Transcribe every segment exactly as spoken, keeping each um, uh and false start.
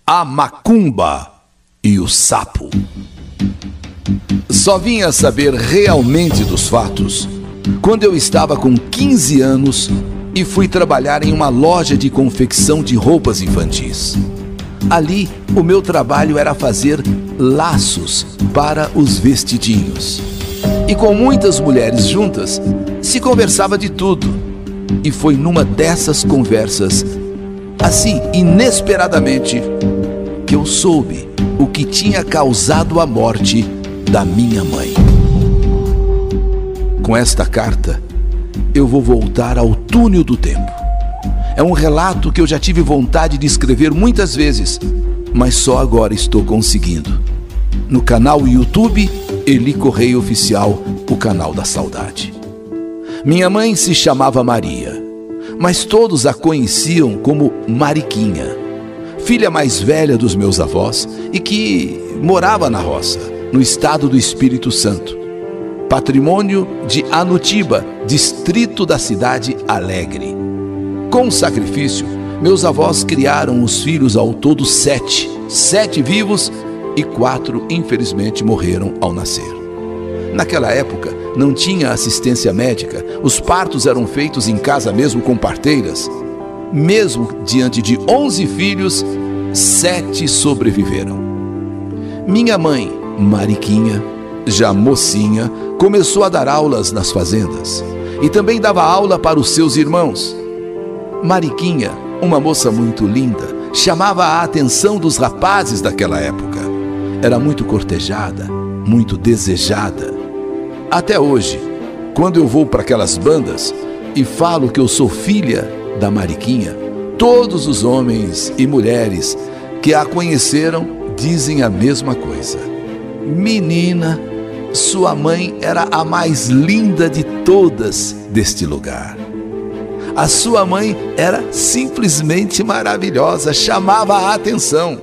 A Macumba e o Sapo. Só vim a saber realmente dos fatos quando eu estava com quinze anos e fui trabalhar em uma loja de confecção de roupas infantis. Ali, o meu trabalho era fazer laços para os vestidinhos. E com muitas mulheres juntas, se conversava de tudo. E foi numa dessas conversas, assim, inesperadamente, que eu soube o que tinha causado a morte da minha mãe. Com esta carta, eu vou voltar ao túnel do tempo. É um relato que eu já tive vontade de escrever muitas vezes, mas só agora estou conseguindo. No canal YouTube Eli Correia Oficial, o canal da saudade. Minha mãe se chamava Maria, mas todos a conheciam como Mariquinha, filha mais velha dos meus avós e que morava na roça, no estado do Espírito Santo, patrimônio de Anutiba, distrito da cidade Alegre. Com sacrifício, meus avós criaram os filhos ao todo sete, sete vivos e quatro, infelizmente, morreram ao nascer. Naquela época, não tinha assistência médica, os partos eram feitos em casa mesmo com parteiras. Mesmo diante de onze filhos, sete sobreviveram. Minha mãe, Mariquinha, já mocinha, começou a dar aulas nas fazendas e também dava aula para os seus irmãos. Mariquinha, uma moça muito linda, chamava a atenção dos rapazes daquela época. Era muito cortejada, muito desejada. Até hoje, quando eu vou para aquelas bandas e falo que eu sou filha da Mariquinha, todos os homens e mulheres que a conheceram dizem a mesma coisa. Menina, sua mãe era a mais linda de todas deste lugar. A sua mãe era simplesmente maravilhosa, chamava a atenção.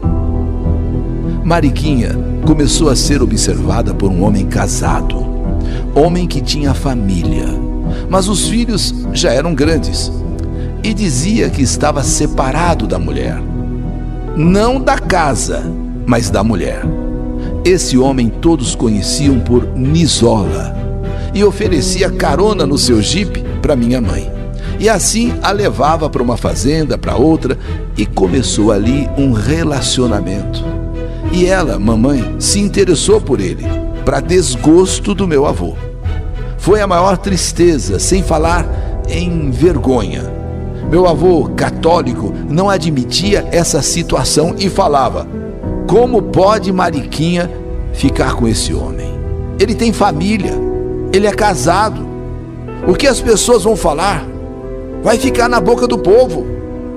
Mariquinha começou a ser observada por um homem casado, homem que tinha família, mas os filhos já eram grandes, e dizia que estava separado da mulher. Não da casa, mas da mulher. Esse homem todos conheciam por Nisola e oferecia carona no seu jipe para minha mãe. E assim a levava para uma fazenda, para outra, e começou ali um relacionamento. E ela, mamãe, se interessou por ele, para desgosto do meu avô. Foi a maior tristeza, sem falar em vergonha. Meu avô, católico, não admitia essa situação e falava: como pode Mariquinha ficar com esse homem? Ele tem família, ele é casado. O que as pessoas vão falar? Vai ficar na boca do povo.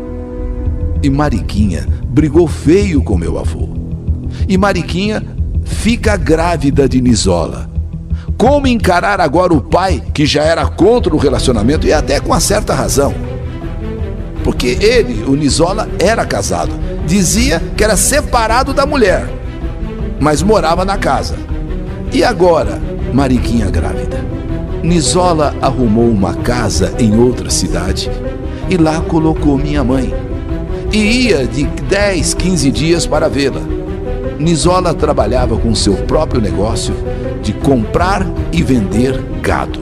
E Mariquinha brigou feio com meu avô. E Mariquinha fica grávida de Nisola. Como encarar agora o pai, que já era contra o relacionamento, e até com uma certa razão? Porque ele, o Nisola, era casado. Dizia que era separado da mulher, mas morava na casa. E agora, Mariquinha grávida. Nisola arrumou uma casa em outra cidade e lá colocou minha mãe. E ia de dez, quinze dias para vê-la. Nisola trabalhava com seu próprio negócio de comprar e vender gado.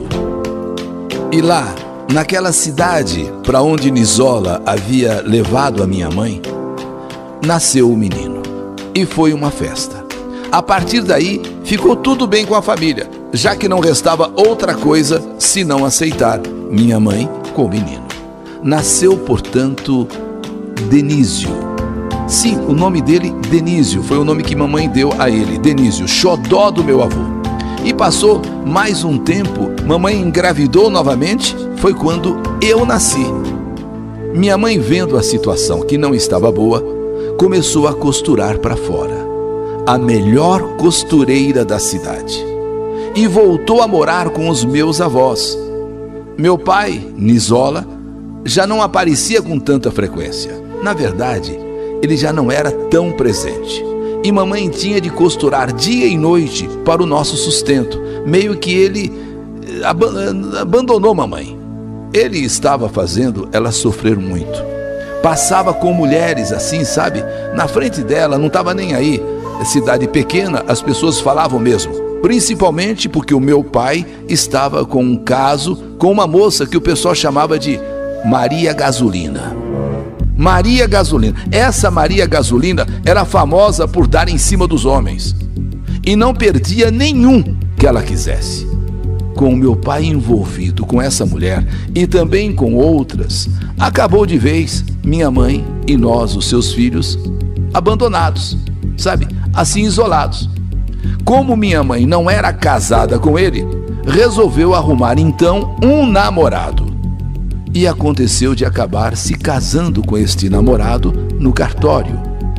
E lá, naquela cidade para onde Nisola havia levado a minha mãe, nasceu o menino. E foi uma festa. A partir daí, ficou tudo bem com a família, já que não restava outra coisa senão aceitar minha mãe com o menino. Nasceu, portanto, Denísio. Sim, o nome dele, Denísio, foi o nome que mamãe deu a ele, Denísio, xodó do meu avô. E passou mais um tempo, mamãe engravidou novamente, foi quando eu nasci. Minha mãe, vendo a situação que não estava boa, começou a costurar para fora. A melhor costureira da cidade. E voltou a morar com os meus avós. Meu pai, Nisola, já não aparecia com tanta frequência. Na verdade, ele já não era tão presente. E mamãe tinha de costurar dia e noite para o nosso sustento. Meio que ele ab- abandonou mamãe. Ele estava fazendo ela sofrer muito. Passava com mulheres assim, sabe? Na frente dela, não estava nem aí. Cidade pequena, as pessoas falavam mesmo. Principalmente porque o meu pai estava com um caso com uma moça que o pessoal chamava de Maria Gasolina. Maria Gasolina. Essa Maria Gasolina era famosa por dar em cima dos homens. E não perdia nenhum que ela quisesse. Com o meu pai envolvido com essa mulher e também com outras, acabou de vez minha mãe e nós, os seus filhos, abandonados, sabe? Assim isolados. Como minha mãe não era casada com ele, resolveu arrumar então um namorado. E aconteceu de acabar se casando com este namorado no cartório.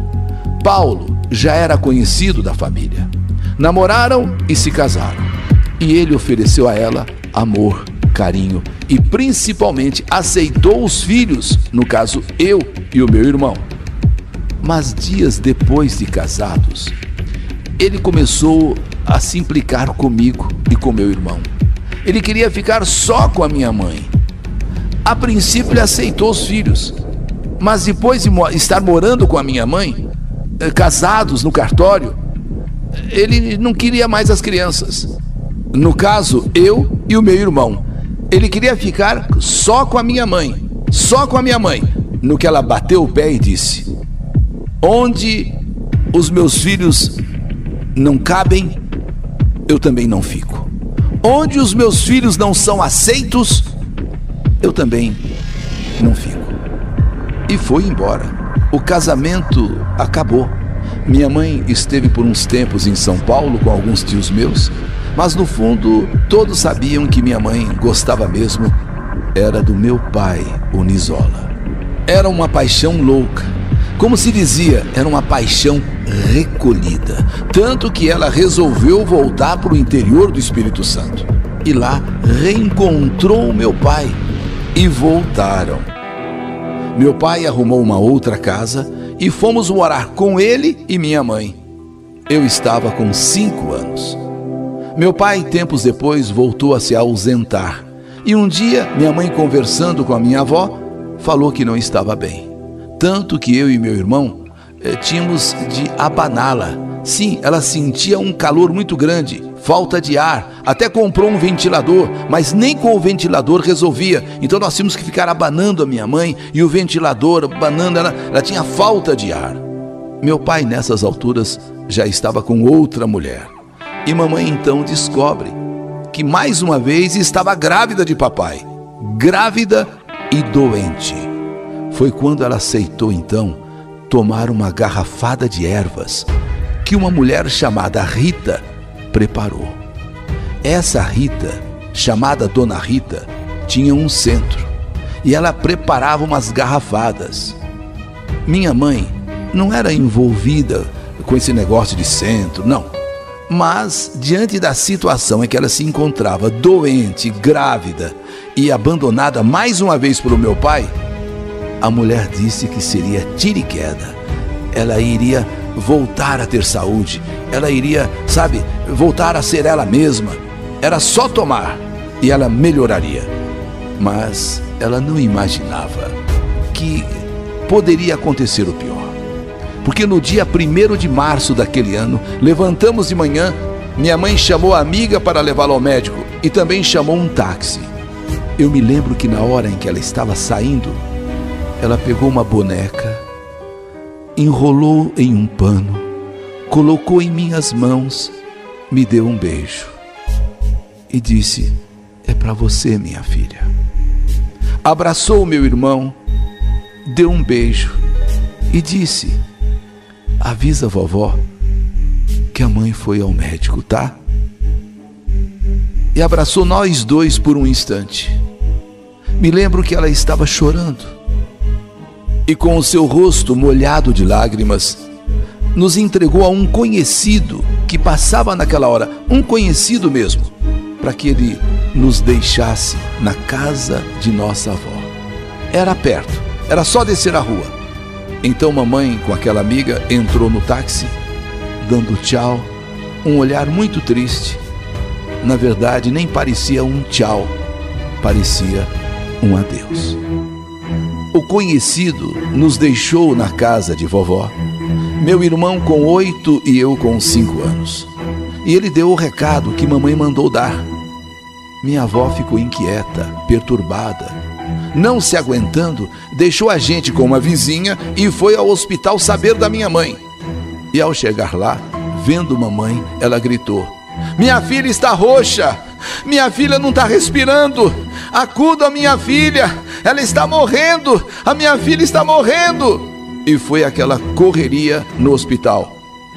Paulo já era conhecido da família. Namoraram e se casaram. E ele ofereceu a ela amor, carinho e principalmente aceitou os filhos, no caso eu e o meu irmão. Mas dias depois de casados, ele começou a se implicar comigo e com meu irmão. Ele queria ficar só com a minha mãe. A princípio ele aceitou os filhos, mas depois de estar morando com a minha mãe, casados no cartório, ele não queria mais as crianças. No caso, eu e o meu irmão. Ele queria ficar só com a minha mãe, só com a minha mãe. No que ela bateu o pé e disse: onde os meus filhos não cabem, eu também não fico. Onde os meus filhos não são aceitos, eu também não fico. E foi embora. O casamento acabou. Minha mãe esteve por uns tempos em São Paulo com alguns tios meus, mas no fundo todos sabiam que minha mãe gostava mesmo era do meu pai, o Nizola. Era uma paixão louca. Como se dizia, era uma paixão recolhida. Tanto que ela resolveu voltar para o interior do Espírito Santo. E lá reencontrou meu pai. E voltaram. Meu pai arrumou uma outra casa e fomos morar com ele e minha mãe. Eu estava com cinco anos. Meu pai, tempos depois, voltou a se ausentar. E um dia, minha mãe, conversando com a minha avó, falou que não estava bem. Tanto que eu e meu irmão eh, tínhamos de abaná-la. Sim, ela sentia um calor muito grande, falta de ar. Até comprou um ventilador, mas nem com o ventilador resolvia. Então nós tínhamos que ficar abanando a minha mãe e o ventilador, abanando ela, ela tinha falta de ar. Meu pai, nessas alturas, já estava com outra mulher. E mamãe então descobre que mais uma vez estava grávida de papai. Grávida e doente. Foi quando ela aceitou então tomar uma garrafada de ervas que uma mulher chamada Rita preparou. Essa Rita, chamada Dona Rita, tinha um centro e ela preparava umas garrafadas. Minha mãe não era envolvida com esse negócio de centro, não. Mas, diante da situação em que ela se encontrava doente, grávida e abandonada mais uma vez pelo meu pai, a mulher disse que seria tiro e queda. Ela iria voltar a ter saúde, ela iria, sabe, voltar a ser ela mesma. Era só tomar e ela melhoraria. Mas ela não imaginava que poderia acontecer o pior. Porque no dia primeiro de março daquele ano, levantamos de manhã, minha mãe chamou a amiga para levá-la ao médico e também chamou um táxi. Eu me lembro que na hora em que ela estava saindo, ela pegou uma boneca, enrolou em um pano, colocou em minhas mãos, me deu um beijo e disse: é para você, minha filha. Abraçou o meu irmão, deu um beijo e disse: avisa a vovó que a mãe foi ao médico, tá? E abraçou nós dois por um instante. Me lembro que ela estava chorando e com o seu rosto molhado de lágrimas, nos entregou a um conhecido que passava naquela hora, um conhecido mesmo, para que ele nos deixasse na casa de nossa avó. Era perto, era só descer a rua. Então mamãe, com aquela amiga, entrou no táxi, dando tchau, um olhar muito triste. Na verdade, nem parecia um tchau, parecia um adeus. o conhecido nos deixou na casa de vovó, meu irmão com oito e eu com cinco anos. E ele deu o recado que mamãe mandou dar. Minha avó ficou inquieta, perturbada. Não se aguentando, deixou a gente com uma vizinha e foi ao hospital saber da minha mãe. E ao chegar lá, vendo mamãe, ela gritou: "Minha filha está roxa! Minha filha não está respirando! Acuda a minha filha! Ela está morrendo! A minha filha está morrendo!" E foi aquela correria no hospital.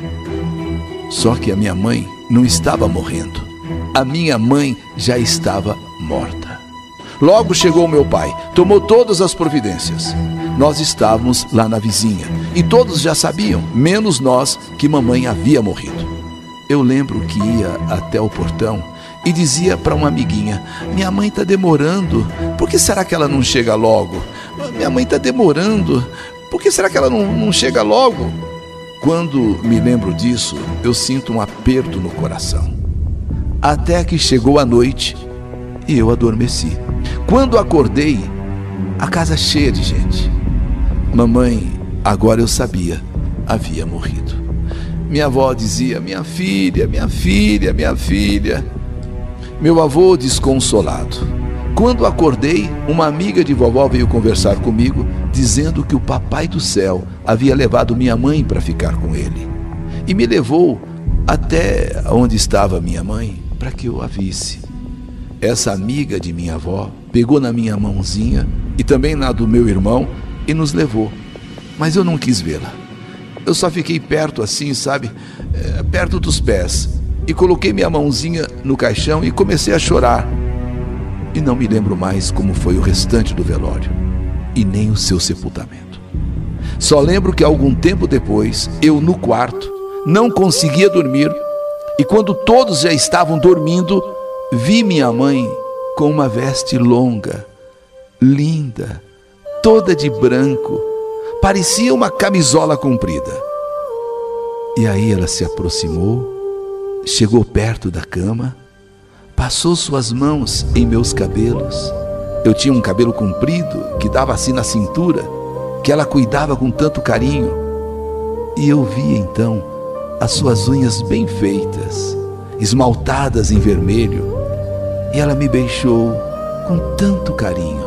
Só que a minha mãe não estava morrendo. A minha mãe já estava morta. Logo chegou meu pai, tomou todas as providências. Nós estávamos lá na vizinha e todos já sabiam, menos nós, que mamãe havia morrido. Eu lembro que ia até o portão e dizia para uma amiguinha: "Minha mãe está demorando, por que será que ela não chega logo? Minha mãe está demorando, por que será que ela não, não chega logo?" Quando me lembro disso, eu sinto um aperto no coração. Até que chegou a noite e eu adormeci. Quando acordei, a casa cheia de gente. Mamãe, agora eu sabia, havia morrido. Minha avó dizia: "Minha filha, minha filha, minha filha." Meu avô desconsolado. Quando acordei, uma amiga de vovó veio conversar comigo, dizendo que o papai do céu havia levado minha mãe para ficar com ele. E me levou até onde estava minha mãe para que eu a visse. Essa amiga de minha avó pegou na minha mãozinha e também na do meu irmão e nos levou. Mas eu não quis vê-la. Eu só fiquei perto assim, sabe? É, perto dos pés. E coloquei minha mãozinha no caixão e comecei a chorar. E não me lembro mais como foi o restante do velório. E nem o seu sepultamento. Só lembro que algum tempo depois, eu no quarto, não conseguia dormir. E quando todos já estavam dormindo, vi minha mãe com uma veste longa, linda, toda de branco, parecia uma camisola comprida. E aí ela se aproximou, chegou perto da cama, passou suas mãos em meus cabelos. Eu tinha um cabelo comprido que dava assim na cintura, que ela cuidava com tanto carinho. E eu vi então as suas unhas bem feitas, esmaltadas em vermelho, e ela me beijou com tanto carinho.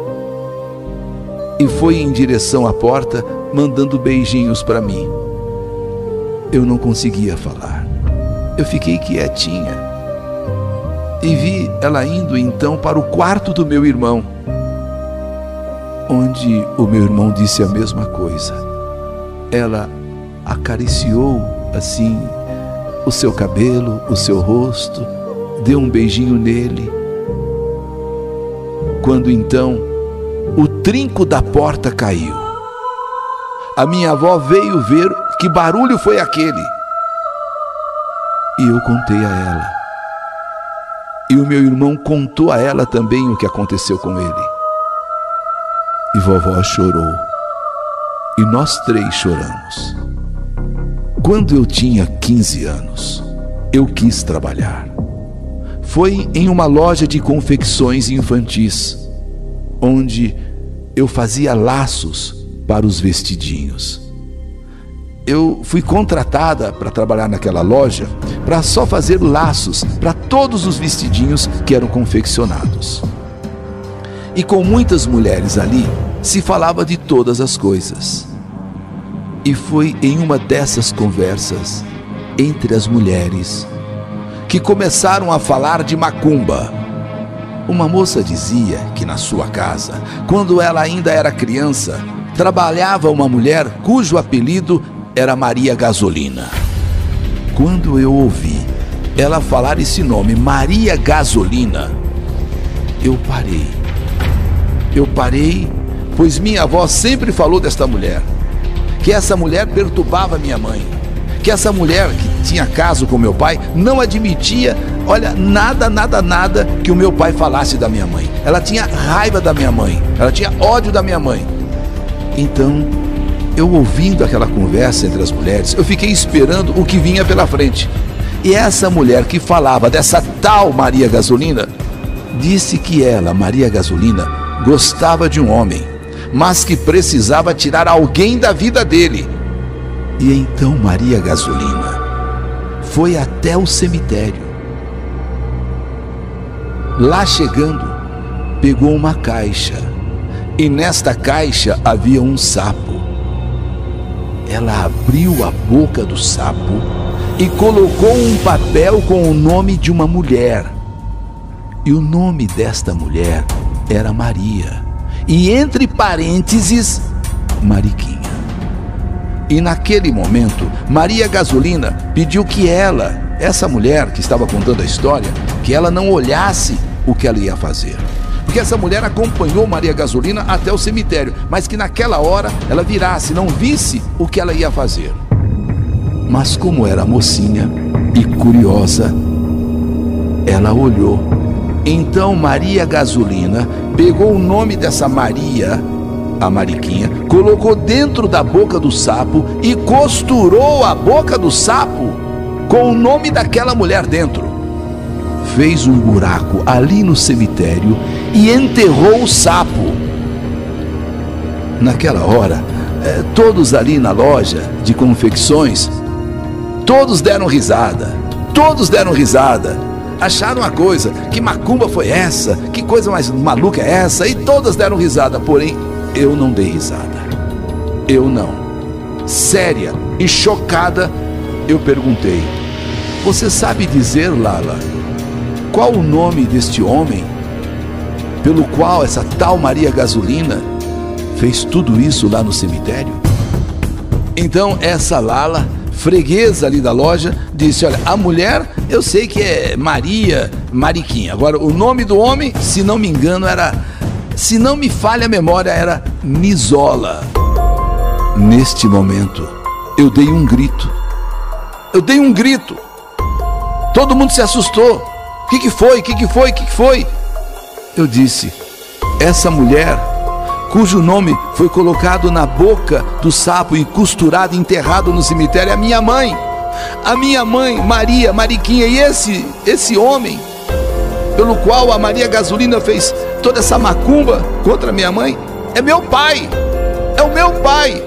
E foi em direção à porta, mandando beijinhos para mim. Eu não conseguia falar. Eu fiquei quietinha. E vi ela indo então para o quarto do meu irmão, onde o meu irmão disse a mesma coisa. Ela acariciou assim o seu cabelo, o seu rosto, deu um beijinho nele. Quando então o trinco da porta caiu, a minha avó veio ver que barulho foi aquele. E eu contei a ela. E o meu irmão contou a ela também o que aconteceu com ele. E vovó chorou. E nós três choramos. Quando eu tinha quinze anos, eu quis trabalhar. Foi em uma loja de confecções infantis, onde eu fazia laços para os vestidinhos. Eu fui contratada para trabalhar naquela loja para só fazer laços para todos os vestidinhos que eram confeccionados. E com muitas mulheres ali se falava de todas as coisas. E foi em uma dessas conversas entre as mulheres que começaram a falar de macumba. Uma moça dizia que na sua casa, quando ela ainda era criança, trabalhava uma mulher cujo apelido era Maria Gasolina. Quando eu ouvi ela falar esse nome, Maria Gasolina, eu parei. Eu parei, pois minha avó sempre falou desta mulher, que essa mulher perturbava minha mãe, que essa mulher que tinha caso com meu pai não admitia, olha, nada, nada, nada que o meu pai falasse da minha mãe. Ela tinha raiva da minha mãe, ela tinha ódio da minha mãe. Então, eu ouvindo aquela conversa entre as mulheres, eu fiquei esperando o que vinha pela frente. E essa mulher que falava dessa tal Maria Gasolina, disse que ela, Maria Gasolina, gostava de um homem, mas que precisava tirar alguém da vida dele. E então Maria Gasolina foi até o cemitério. Lá chegando, pegou uma caixa, e nesta caixa havia um sapo. Ela abriu a boca do sapo e colocou um papel com o nome de uma mulher. E o nome desta mulher era Maria, e entre parênteses, Mariquinha. E naquele momento, Maria Gasolina pediu que ela, essa mulher que estava contando a história, que ela não olhasse o que ela ia fazer. Porque essa mulher acompanhou Maria Gasolina até o cemitério, mas que naquela hora ela virasse, não visse o que ela ia fazer. Mas como era mocinha e curiosa, ela olhou. Então Maria Gasolina pegou o nome dessa Maria, a Mariquinha, colocou dentro da boca do sapo e costurou a boca do sapo com o nome daquela mulher dentro. Fez um buraco ali no cemitério e enterrou o sapo. Naquela hora, eh, todos ali na loja de confecções, todos deram risada, todos deram risada. Acharam uma coisa, que macumba foi essa? Que coisa mais maluca é essa? E todas deram risada, porém eu não dei risada. Eu não. Séria e chocada, eu perguntei: você sabe dizer, Lala, qual o nome deste homem pelo qual essa tal Maria Gasolina fez tudo isso lá no cemitério? Então essa Lala, freguesa ali da loja, disse: olha, a mulher eu sei que é Maria Mariquinha. Agora o nome do homem, se não me engano, era, se não me falha a memória, era Nisola. Neste momento eu dei um grito. Eu dei um grito. Todo mundo se assustou. O que que foi? O que que foi? O que que foi? Eu disse: essa mulher, cujo nome foi colocado na boca do sapo e costurado, enterrado no cemitério, é a minha mãe. A minha mãe, Maria Mariquinha. E esse, esse homem, pelo qual a Maria Gasolina fez toda essa macumba contra minha mãe, é meu pai. É o meu pai.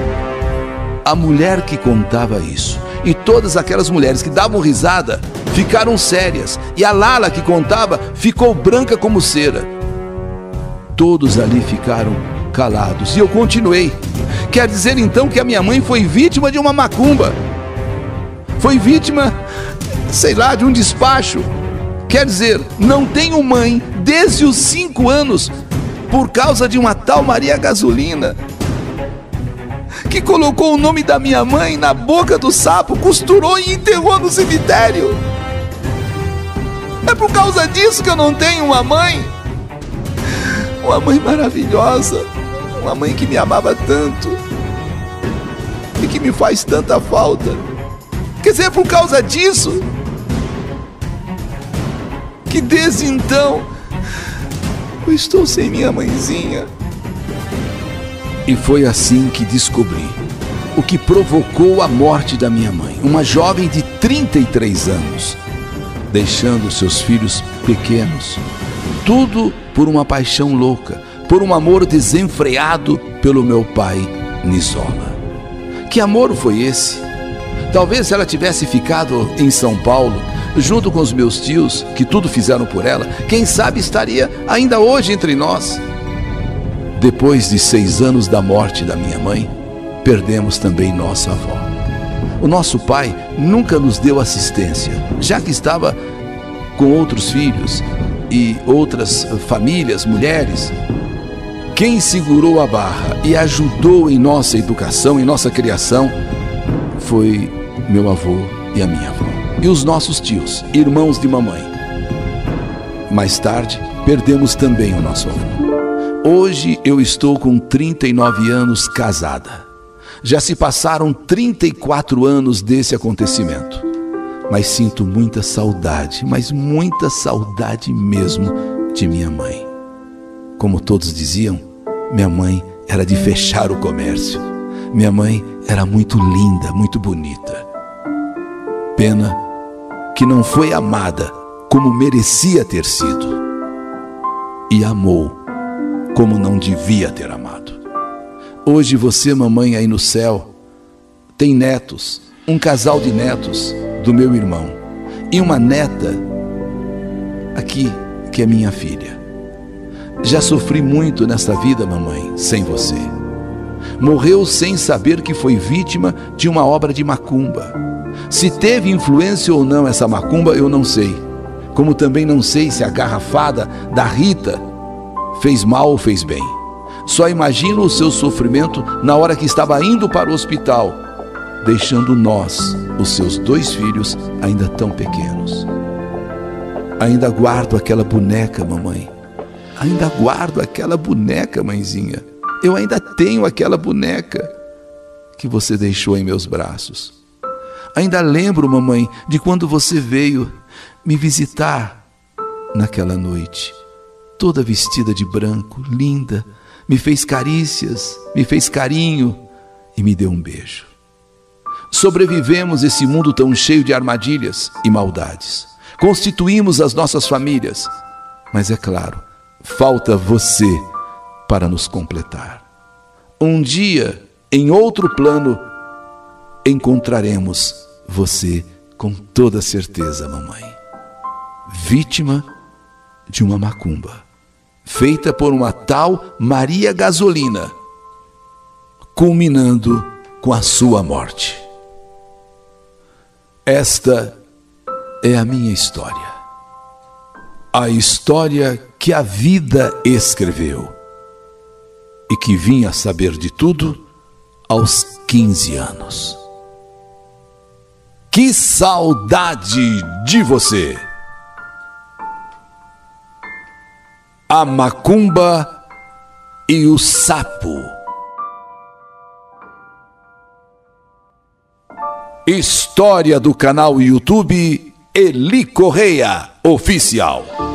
A mulher que contava isso e todas aquelas mulheres que davam risada ficaram sérias, e a Lala que contava ficou branca como cera. Todos ali ficaram calados e eu continuei: quer dizer então que a minha mãe foi vítima de uma macumba? Foi vítima, sei lá, de um despacho? Quer dizer, não tenho mãe desde os cinco anos por causa de uma tal Maria Gasolina, que colocou o nome da minha mãe na boca do sapo, costurou e enterrou no cemitério. É por causa disso que eu não tenho uma mãe? Uma mãe maravilhosa, uma mãe que me amava tanto e que me faz tanta falta. Quer dizer, é por causa disso que desde então eu estou sem minha mãezinha. E foi assim que descobri o que provocou a morte da minha mãe, uma jovem de trinta e três anos, deixando seus filhos pequenos, tudo por uma paixão louca, por um amor desenfreado pelo meu pai Nisola. Que amor foi esse? Talvez se ela tivesse ficado em São Paulo, junto com os meus tios, que tudo fizeram por ela, quem sabe estaria ainda hoje entre nós. Depois de seis anos da morte da minha mãe, perdemos também nossa avó. O nosso pai nunca nos deu assistência, já que estava com outros filhos e outras famílias, mulheres. Quem segurou a barra e ajudou em nossa educação, em nossa criação, foi meu avô e a minha avó. E os nossos tios, irmãos de mamãe. Mais tarde, perdemos também o nosso avô. Hoje eu estou com trinta e nove anos casada. Já se passaram trinta e quatro anos desse acontecimento. Mas sinto muita saudade, mas muita saudade mesmo de minha mãe. Como todos diziam, minha mãe era de fechar o comércio. Minha mãe era muito linda, muito bonita. Pena que não foi amada como merecia ter sido. E amou como não devia ter amado. Hoje você, mamãe, aí no céu, tem netos, um casal de netos do meu irmão e uma neta aqui que é minha filha. Já sofri muito nesta vida, mamãe, sem você. Morreu sem saber que foi vítima de uma obra de macumba. Se teve influência ou não essa macumba, eu não sei. Como também não sei se a garrafada da Rita fez mal ou fez bem. Só imagino o seu sofrimento na hora que estava indo para o hospital, deixando nós, os seus dois filhos, ainda tão pequenos. Ainda guardo aquela boneca, mamãe. Ainda guardo aquela boneca, mãezinha. Eu ainda tenho aquela boneca que você deixou em meus braços. Ainda lembro, mamãe, de quando você veio me visitar naquela noite, toda vestida de branco, linda, me fez carícias, me fez carinho e me deu um beijo. Sobrevivemos esse mundo tão cheio de armadilhas e maldades. Constituímos as nossas famílias, mas é claro, falta você para nos completar. Um dia, em outro plano, encontraremos você com toda certeza, mamãe. Vítima de uma macumba, feita por uma tal Maria Gasolina, culminando com a sua morte. Esta é a minha história. A história que a vida escreveu e que vim a saber de tudo aos quinze anos. Que saudade de você! A macumba e o sapo. História do canal YouTube Eli Correia Oficial.